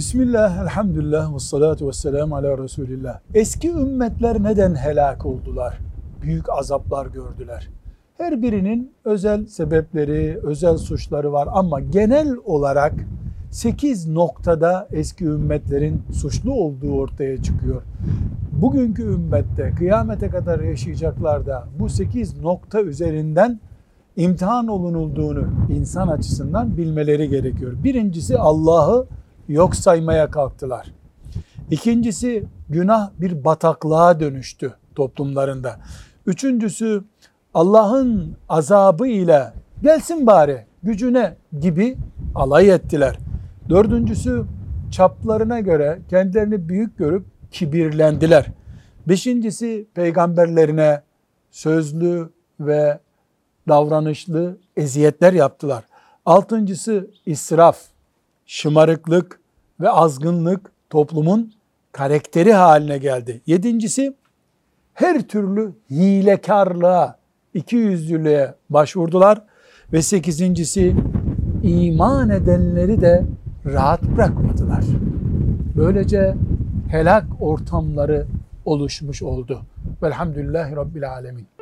Bismillah, elhamdülillah, ve salatu ve selamu ala Resulillah. Eski ümmetler neden helak oldular? Büyük azaplar gördüler. Her birinin özel sebepleri, özel suçları var ama genel olarak 8 noktada eski ümmetlerin suçlu olduğu ortaya çıkıyor. Bugünkü ümmette kıyamete kadar yaşayacaklar da bu 8 nokta üzerinden imtihan olunulduğunu insan açısından bilmeleri gerekiyor. Birincisi, Allah'ı yok saymaya kalktılar. İkincisi, günah bir bataklığa dönüştü toplumlarında. Üçüncüsü, Allah'ın azabı ile gelsin bari gücüne gibi alay ettiler. Dördüncüsü, çaplarına göre kendilerini büyük görüp kibirlendiler. Beşincisi, peygamberlerine sözlü ve davranışlı eziyetler yaptılar. Altıncısı, israf, şımarıklık ve azgınlık toplumun karakteri haline geldi. Yedincisi, her türlü hilekarlığa, ikiyüzlülüğe başvurdular. Ve sekizincisi, iman edenleri de rahat bırakmadılar. Böylece helak ortamları oluşmuş oldu. Velhamdülillahi Rabbil Alemin.